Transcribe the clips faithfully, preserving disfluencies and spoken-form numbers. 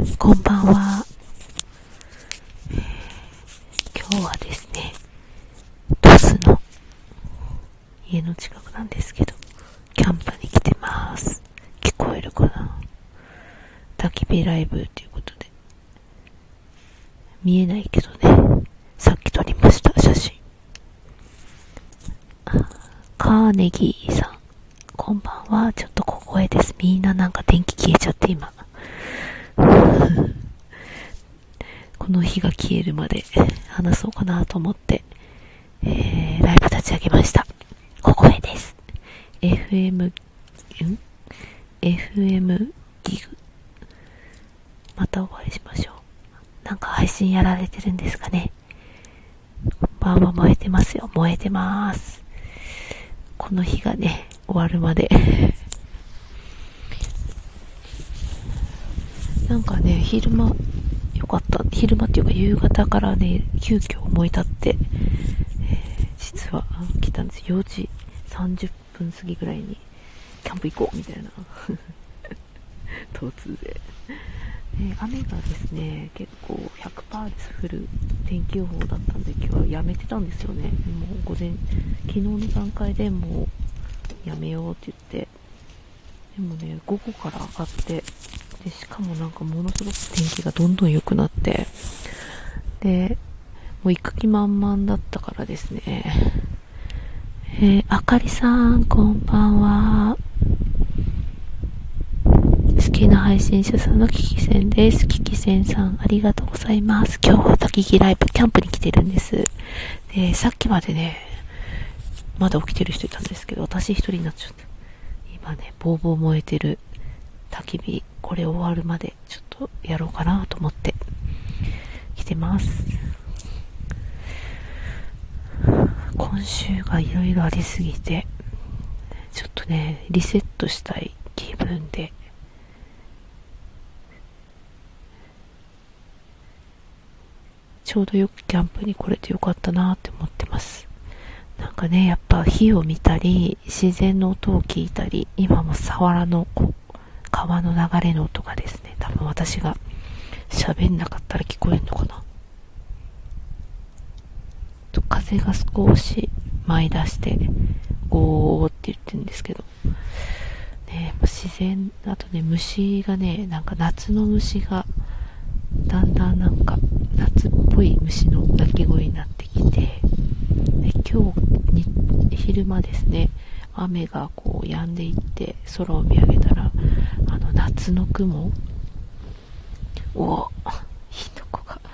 こんばんは。今日はですね、鳥栖の家の近くなんですけど、キャンプに来てます。聞こえるかな？焚き火ライブということで、見えないけどね、さっき撮りました写真。カーネギーさん、こんばんは。ちょっと小声です。みんななんか電気消えちゃって今。この火が消えるまで話そうかなと思って、えー、ライブ立ち上げました。小声です。エフエム、ん エフエム ギグ。またお会いしましょう。なんか配信やられてるんですかね。こんばんは。燃えてますよ。燃えてます。この日がね、終わるまで。なんかね、昼間、よかった。昼間っていうか夕方からね、急遽思い立って、えー、実は来たんです。よじさんじゅっぷん過ぎぐらいに、キャンプ行こうみたいな。突然。えー、雨がですね、結構 ひゃくパーセント です降る天気予報だったんで、今日はやめてたんですよね。もう午前、昨日の段階でもうやめようって言って、でもね、午後から上がって、で、しかもなんかものすごく天気がどんどん良くなって、で、もう行く気満々だったからですね。えー、あかりさん、こんばんは。好きな配信者さんのキキセンです。キキセンさん、ありがとうございます。今日は焚き火ライブキャンプに来てるんです。で、さっきまでね、まだ起きてる人いたんですけど、私一人になっちゃった。今ね、ボーボー燃えてる焚き火、これ終わるまでちょっとやろうかなと思って来てます。今週がいろいろありすぎて、ちょっとね、リセットしたい気分で、ちょうどよくキャンプに来れてよかったなって思ってます。なんかね、やっぱ火を見たり、自然の音を聞いたり、今も沢原のこう川の流れの音がですね、多分私が喋んなかったら聞こえるのかな。と風が少し舞い出して、ゴーって言ってるんですけど、ね、自然、あとね、虫がね、なんか夏の虫が、だんだんなんか夏っぽい虫の鳴き声になってきて、で今日に昼間ですね、雨がこう止んでいって空を見上げたら、あの夏の雲、お火の粉が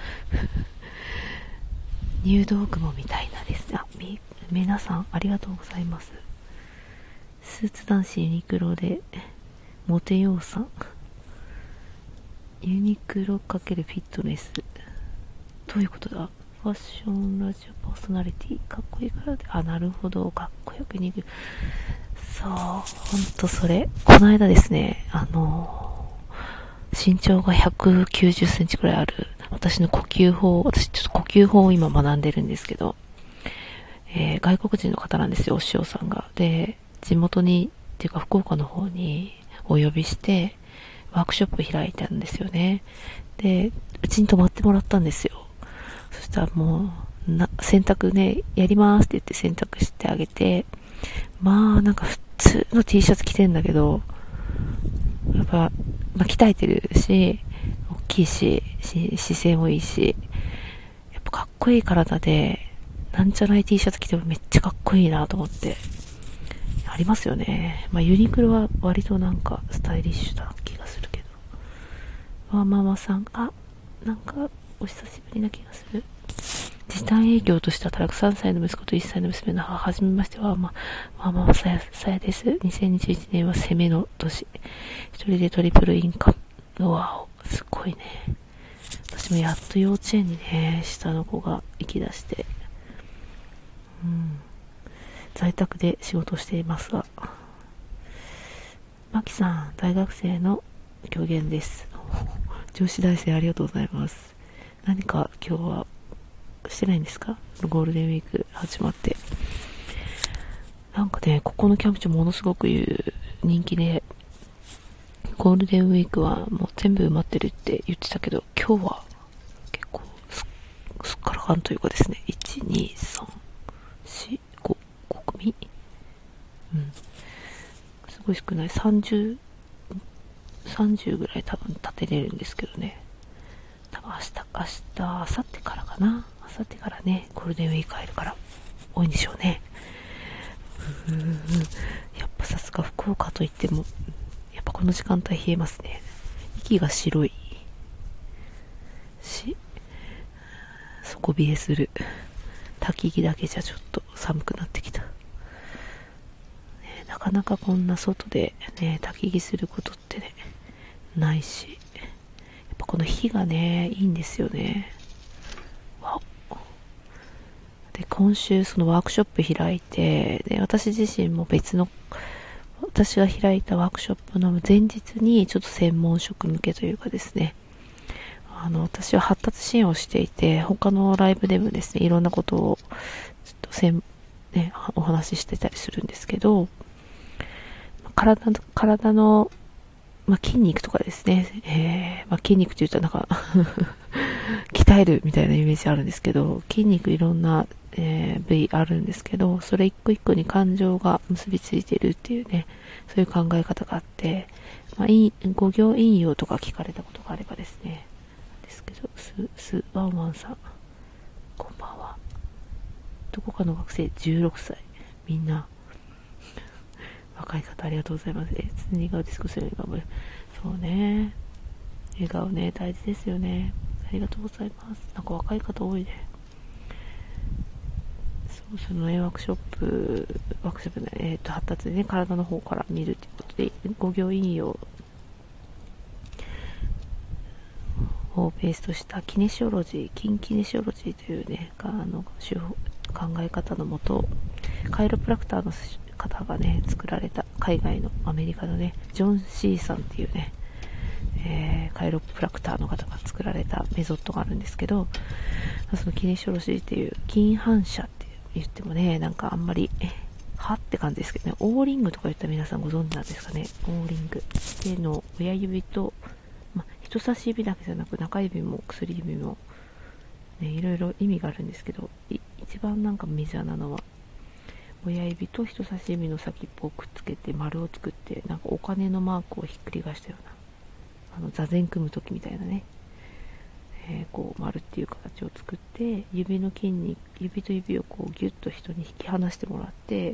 入道雲みたいなですね。あ、み皆さんありがとうございます。スーツ男子ユニクロでモテようさん、ユニクロ×フィットネス、どういうことだ。ファッションラジオパーソナリティ、かっこいいからで、あ、なるほど、かっこよく逃げる。そう、ほんとそれ。この間ですね、あのー、身長がひゃくきゅうじゅっセンチくらいある、私の呼吸法、私ちょっと呼吸法を今学んでるんですけど、えー、外国人の方なんですよ、お塩さんが。で、地元に、っていうか福岡の方にお呼びして、ワークショップ開いたんですよね。で、うちに泊まってもらったんですよ。そしたらもう、な、洗濯ね、やりますって言って洗濯してあげて、まあ、なんか普通の T シャツ着てんだけど、やっぱ、まあ、鍛えてるし、大きいし、し姿勢もいいし、やっぱかっこいい体で、なんじゃない T シャツ着てもめっちゃかっこいいなと思って、ありますよね。まあ、ユニクロは割となんかスタイリッシュな気がするけど。わママさん、あ、なんかお久しぶりな気がする。時短営業として働くさんさいの息子といっさいの娘の母、はじめましては、まあ、ママさや、さやです。にせんにじゅういちねんは攻めの年。一人でトリプルインカム。うわお、すごいね。私もやっと幼稚園にね、下の子が行き出して、うん。在宅で仕事をしていますが、マキさん、大学生の狂言です。女子大生ありがとうございます。何か今日はしてないんですか？ゴールデンウィーク始まって。なんかね、ここのキャンプ場ものすごく人気で、 ゴールデンウィークはもう全部埋まってるって言ってたけど、今日は結構すすっからかんというかですね、いち、に、さん、よん、ご、ご組、うん、すごい少ない。さんじゅう、さんじゅうぐらい多分立てれるんですけどね。多分明日、明日、明後日からかな。明後日からね、ゴールデンウィーク入るから多いんでしょうね。うーん、やっぱさすが福岡といっても、やっぱこの時間帯冷えますね。息が白いし、底冷えする。焚き木だけじゃちょっと寒くなってきた。ね、なかなかこんな外でね、焚き木することってね、ないし、やっぱこの火がね、いいんですよね。わお。で、今週そのワークショップ開いて、で、私自身も別の、私が開いたワークショップの前日にちょっと専門職向けというかですね、あの、私は発達支援をしていて、他のライブでもですね、いろんなことをちょっとせん、ね、お話ししてたりするんですけど、体の、体の、まあ、筋肉とかですね、えーまあ、筋肉って言ったらなんか鍛えるみたいなイメージあるんですけど、筋肉いろんな、えー、部位あるんですけど、それ一個一個に感情が結びついているっていうね、そういう考え方があって、まあ、いご行引用とか聞かれたことがあればですね、ですけど、ス、ス、ワンワンさん、こんばんは。どこかの学生じゅうろくさい。みんな、若い方ありがとうございます。え、常に笑顔で過ごせるように頑張る。そうね。笑顔ね、大事ですよね。ありがとうございます。なんか若い方多いね。そう、そのね、ワークショップ、ワークショップね、えっと、発達でね、体の方から見るということで、ご行引用をベースとしたキネシオロジー、筋キネシオロジーというね、あの手法考え方のもと、カイロプラクターの方がね、作られた、海外のアメリカのね、ジョン・シーさんっていうね、えー、カイロプラクターの方が作られたメソッドがあるんですけど、そのキネシオロジーっていう筋反射って言ってもね、なんかあんまり、はって感じですけどね、オーリングとか言ったら皆さんご存知なんですかね。オーリング。手の親指と、まあ、人差し指だけじゃなく中指も薬指も、ね、いろいろ意味があるんですけど、一番なんかメジャーなのは、親指と人差し指の先っぽをくっつけて丸を作って、なんかお金のマークをひっくり返したような、あの座禅組む時みたいなね、えー、こう丸っていう形を作って、指の筋肉、指と指をこうギュッと人に引き離してもらって、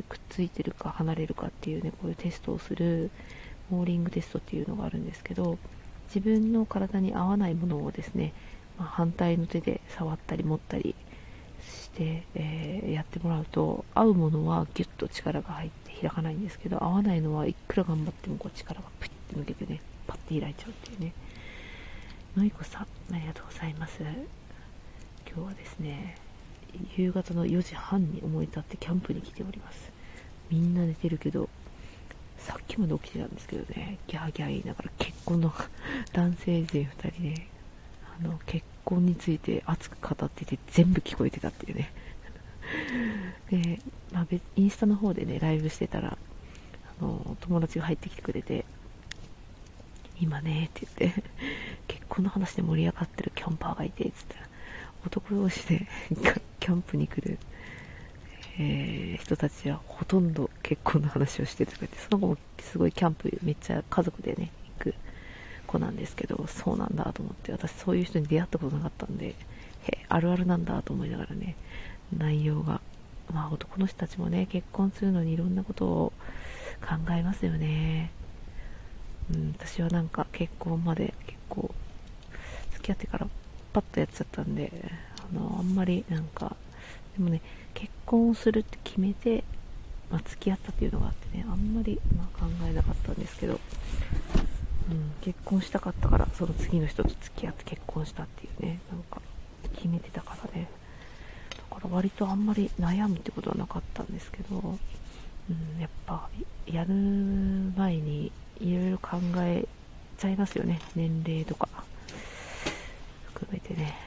くっついてるか離れるかっていうね、こういうテストをするモーリングテストっていうのがあるんですけど、自分の体に合わないものをですね、まあ、反対の手で触ったり持ったりして、えー、やってもらうと、合うものはギュッと力が入って開かないんですけど、合わないのはいくら頑張ってもこう力がプッて抜けてね、パッて開いちゃうっていうね。のいこさん、ありがとうございます。今日はですね、夕方のよじはんに思い立ってキャンプに来ております。みんな寝てるけど、さっきまで起きてたんですけどね、ギャーギャー言いながら結婚の男性勢ふたりね、あの結婚について熱く語ってて全部聞こえてたっていうねで、まあ、別インスタの方でねライブしてたら、あの友達が入ってきてくれて、今ねって言って結婚の話で盛り上がってるキャンパーがいてっつったら、男同士でキャンプに来る、えー、人たちはほとんど結婚の話をしててくれて、その子もすごいキャンプめっちゃ家族でね行く子なんですけど、そうなんだと思って、私そういう人に出会ったことなかったんで、へあるあるなんだと思いながらね、内容が、まあ男の人たちもね結婚するのにいろんなことを考えますよね。うん、私はなんか結婚まで結構付き合ってからパッとやっちゃったんで、あのあんまりなんか、でもね結婚をするって決めて、まあ、付き合ったっていうのがあってね、あんまり、まあ、考えなかったんですけど、うん、結婚したかったからその次の人と付き合って結婚したっていうね、なんか決めてたからね、だから割とあんまり悩むってことはなかったんですけど、うん、やっぱやる前にいろいろ考えちゃいますよね、年齢とか含めてね。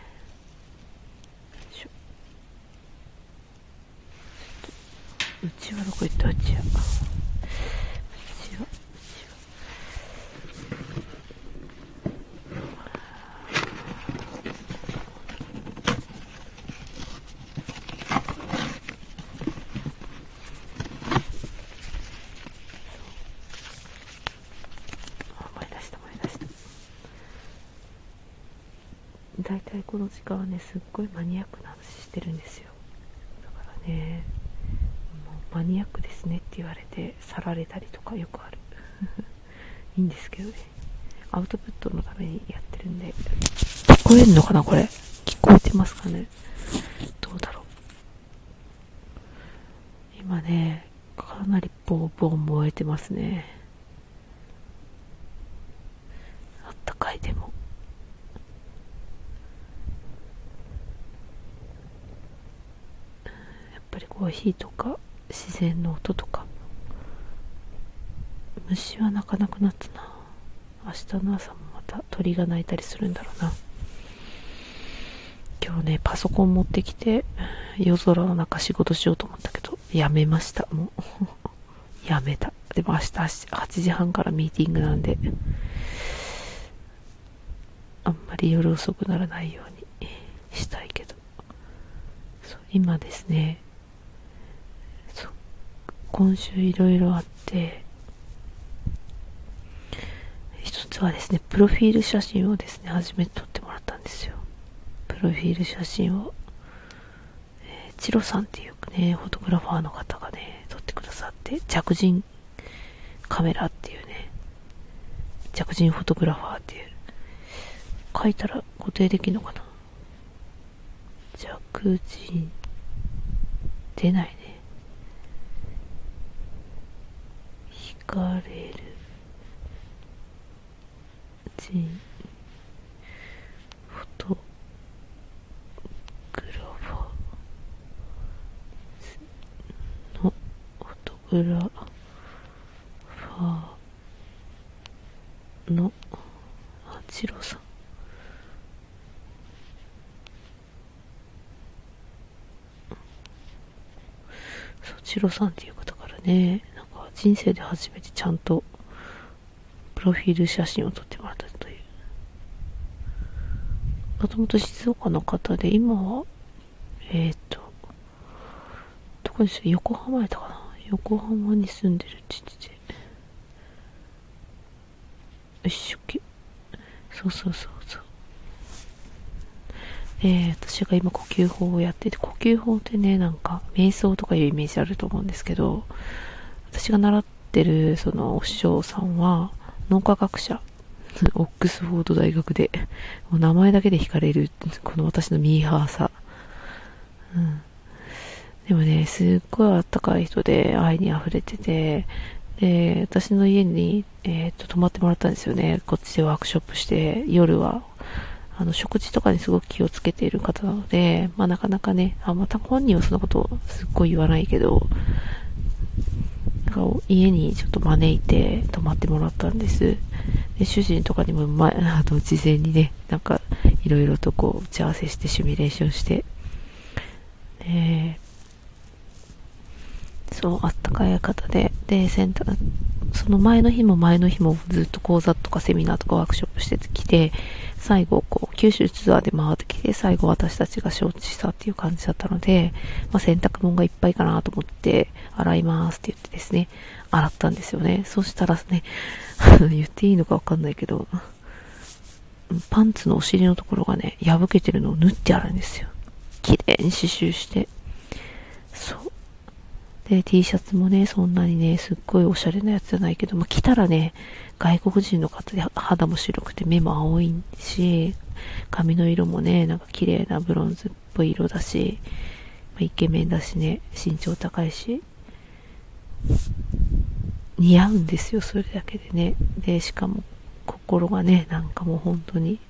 うちはどこ行った、うちはうちはうちはだいたいこの時間はね、すっごいマニアックな話してるんですよ。だからね、もうマニアックですねって言われて去られたりとかよくあるいいんですけどね、アウトプットのためにやってるんで。聞こえるのかな、これ。聞こえてますかね。どうだろう。今ね、かなりボーボー燃えてますね。あったかい。でもやっぱりコーヒーとか自然の音とか、虫は鳴かなくなったな。明日の朝もまた鳥が鳴いたりするんだろうな。今日ね、パソコン持ってきて夜空の中仕事しようと思ったけどやめました。もうやめた。でも明日はちじはんからミーティングなんで、あんまり夜遅くならないようにしたいけど。そう、今ですね、そう、今週いろいろあって、一つはですね、プロフィール写真をですね、初めて撮ってもらったんですよ。プロフィール写真を、えー、チロさんっていうね、フォトグラファーの方がね、撮ってくださって、着人カメラっていうね、着人フォトグラファーっていう、書いたら固定できるのかな。着人、出ないね。惹かれる人フォトグラファーのフォトグラファーのあちろさん、そう、ちろさんっていう方からね、なんか人生で初めてちゃんとプロフィール写真を撮ってもらったという。もともと静岡の方で、今はえっ、ー、とどこに住んで、横浜やったかな、横浜に住んでるって言ってて、一生懸命、そうそうそうそう。えー、私が今呼吸法をやってて、呼吸法ってね、なんか瞑想とかいうイメージあると思うんですけど、私が習ってるそのお師匠さんは脳科学者、オックスフォード大学で、もう名前だけで惹かれる、この私のミーハーさ、うん、でもね、すっごいあったかい人で愛に溢れてて、で、私の家に、えー、と泊まってもらったんですよね。こっちでワークショップして、夜はあの食事とかにすごく気をつけている方なので、まあなかなかね、あ、また本人はそんなことをすっごい言わないけど、なんか家にちょっと招いて泊まってもらったんです。で、主人とかにも前、あの事前にね、なんかいろいろとこう打ち合わせしてシミュレーションして、で、そう、あったかい方で、で、センター、その前の日も前の日もずっと講座とかセミナーとかワークショップしてきて、最後、こう、九州ツアーで回ってきて、最後私たちが承知したっていう感じだったので、まあ、洗濯物がいっぱいかなと思って、洗いますって言ってですね、洗ったんですよね。そしたらね、言っていいのかわかんないけど、パンツのお尻のところがね、破けてるのを縫ってあるんですよ。綺麗に刺繍して。そう。で、T シャツもね、そんなにね、すっごいおしゃれなやつじゃないけど、まあ、着たらね、外国人の方で肌も白くて目も青いし、髪の色もね、なんか綺麗なブロンズっぽい色だし、まあ、イケメンだしね、身長高いし、似合うんですよ、それだけでね。で、しかも心がね、なんかもう本当に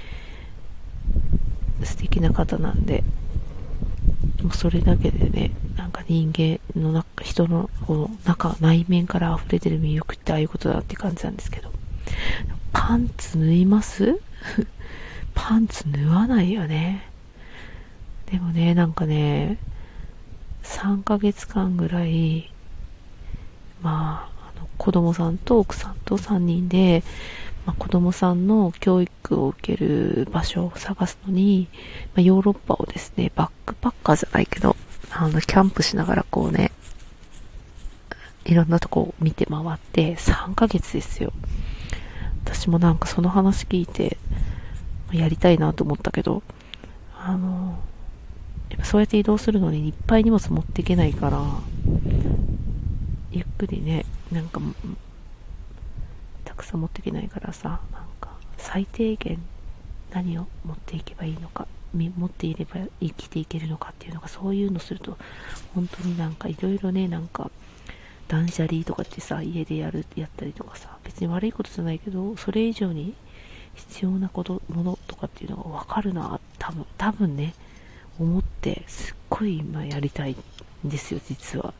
素敵な方なんで、もうそれだけでね、なんか人間の中、人のこの中、内面から溢れてる魅力ってああいうことだって感じなんですけど、パンツ縫いますパンツ縫わないよね。でもね、なんかね、さんかげつかんぐらい、まあ、あの子供さんと奥さんとさんにんで、まあ、子供さんの教育を受ける場所を探すのに、まあ、ヨーロッパをですね、バックパッカーじゃないけど、あの、キャンプしながらこうね、いろんなとこを見て回ってさんかげつですよ。私もなんかその話聞いて、 やりたいなと思ったけど、あのやっぱそうやって移動するのにいっぱい荷物持っていけないから、ゆっくりね、なんかたくさん持っていけないからさ、なんか最低限何を持っていけばいいのか、持っていれば生きていけるのかっていうのが、そういうのすると本当になんかいろいろね、なんか断捨離とかってさ、家でやるやったりとかさ、別に悪いことじゃないけど、それ以上に必要なことものとかっていうのが分かるな、多分多分ね、思ってすっごい今やりたいんですよ、実は。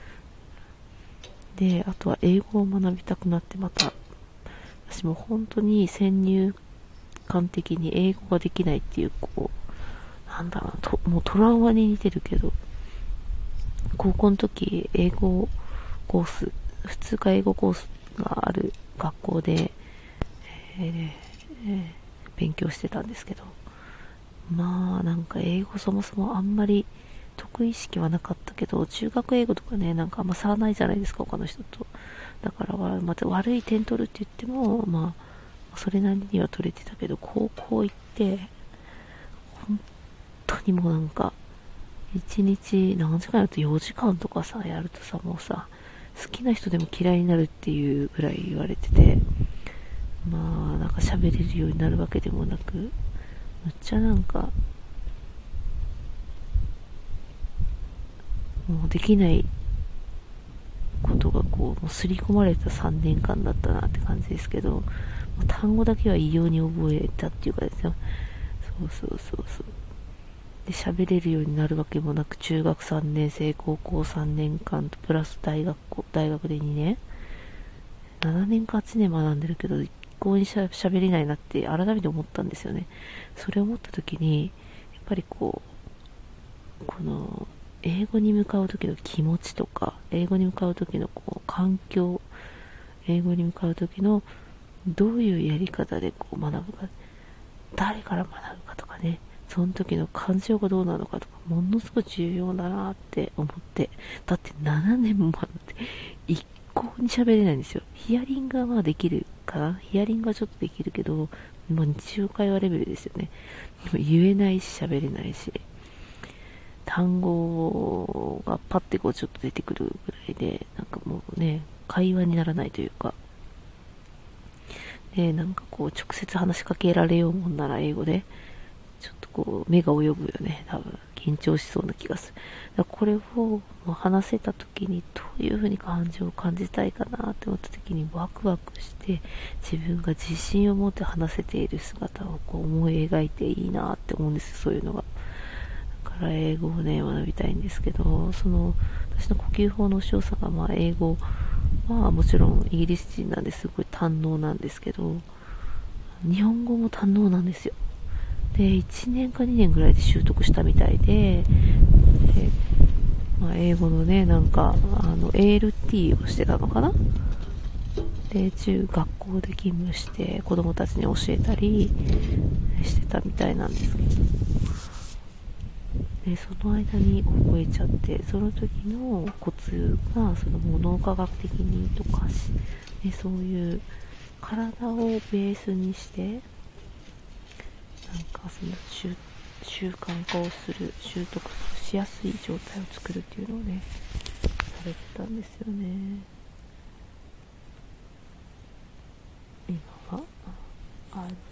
で、あとは英語を学びたくなって、また私も本当に先入観的に英語ができないっていう、こうなんだろうと、もうトラウマに似てるけど、高校の時英語コース、普通科英語コースがある学校で、えーえー勉強してたんですけど、まあなんか英語そもそもあんまり得意意識はなかったけど、中学英語とかね、なんかあんま差はないじゃないですか、他の人と。だからまた悪い点取るって言っても、まあそれなりには取れてたけど、高校行って本当にもうなんかいちにち何時間やるとよじかんとかさ、やるとさ、もうさ、好きな人でも嫌いになるっていうぐらい言われてて、まあなんか喋れるようになるわけでもなく、むっちゃなんかもうできないことがこう、もう刷り込まれたさんねんかんだったなって感じですけど、単語だけは異様に覚えたっていうかですよ。そうそうそうそう。で、喋れるようになるわけもなく、中学さんねん生、高校さんねんかんと、プラス大学校、大学でにねん、ななねんかはちねん学んでるけど、一向にしゃ喋れないなって改めて思ったんですよね。それを思った時に、やっぱりこう、この、英語に向かう時の気持ちとか、英語に向かう時のこう環境、英語に向かう時のどういうやり方でこう学ぶか、誰から学ぶかとかね、その時の感情がどうなのかとか、ものすごい重要だなって思って。だってななねんも学んで一向に喋れないんですよ。ヒアリングはまあできるかな、ヒアリングはちょっとできるけど、もう日常会話レベルですよね。でも言えないし喋れないし、単語がパッてこうちょっと出てくるぐらいで、なんかもうね、会話にならないというか、で、なんかこう直接話しかけられようもんなら英語で、ちょっとこう目が泳ぐよね、多分。緊張しそうな気がする。だからこれをもう話せた時にどういう風に感情を感じたいかなって思った時にワクワクして、自分が自信を持って話せている姿をこう思い描いていいなって思うんですよ、そういうのが。だから英語をね、学びたいんですけど、その、私の呼吸法のお師匠さんが、まあ英語はもちろんイギリス人なんですごい堪能なんですけど、日本語も堪能なんですよ。で、いちねんかにねんぐらいで習得したみたいで、でまあ、英語のね、なんか、あの、エーエルティー をしてたのかな。で、中学校で勤務して子供たちに教えたりしてたみたいなんですけど、で、その間に覚えちゃって、その時のコツが、そのもう脳科学的にとかし、で、そういう体をベースにして、なんかその習習慣化をする、習得しやすい状態を作るっていうのをね、されてたんですよね。今はある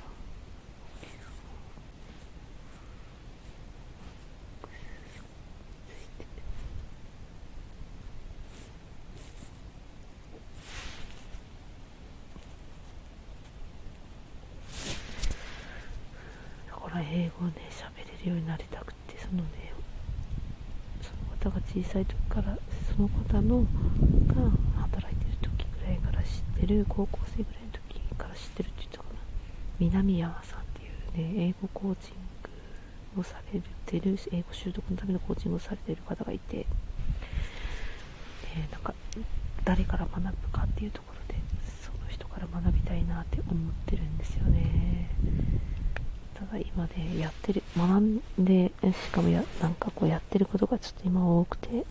だから英語をね、喋れるようになりたくて、そのね、その方が小さい時から、その方のが働いてる時ぐらいから知ってる、高校生ぐらいの時から知ってるって言ったかな、南山さんっていうね、英語コーチングをされてる、英語習得のためのコーチングをされている方がいて、で、なんか誰から学ぶかっていうところで、その人から学びたいなって思ってるんですよね。ただ今ね、やってる、学んで、しかもや、なんかこうやってることがちょっと今多くて、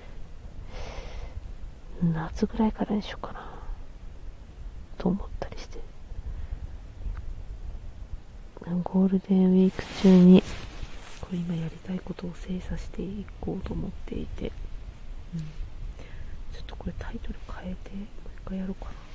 夏ぐらいからにしようかな、と思ったりして。 ゴールデンウィーク中にこれ今やりたいことを精査していこうと思っていて、うん、ちょっとこれタイトル変えてもう一回やろうかな。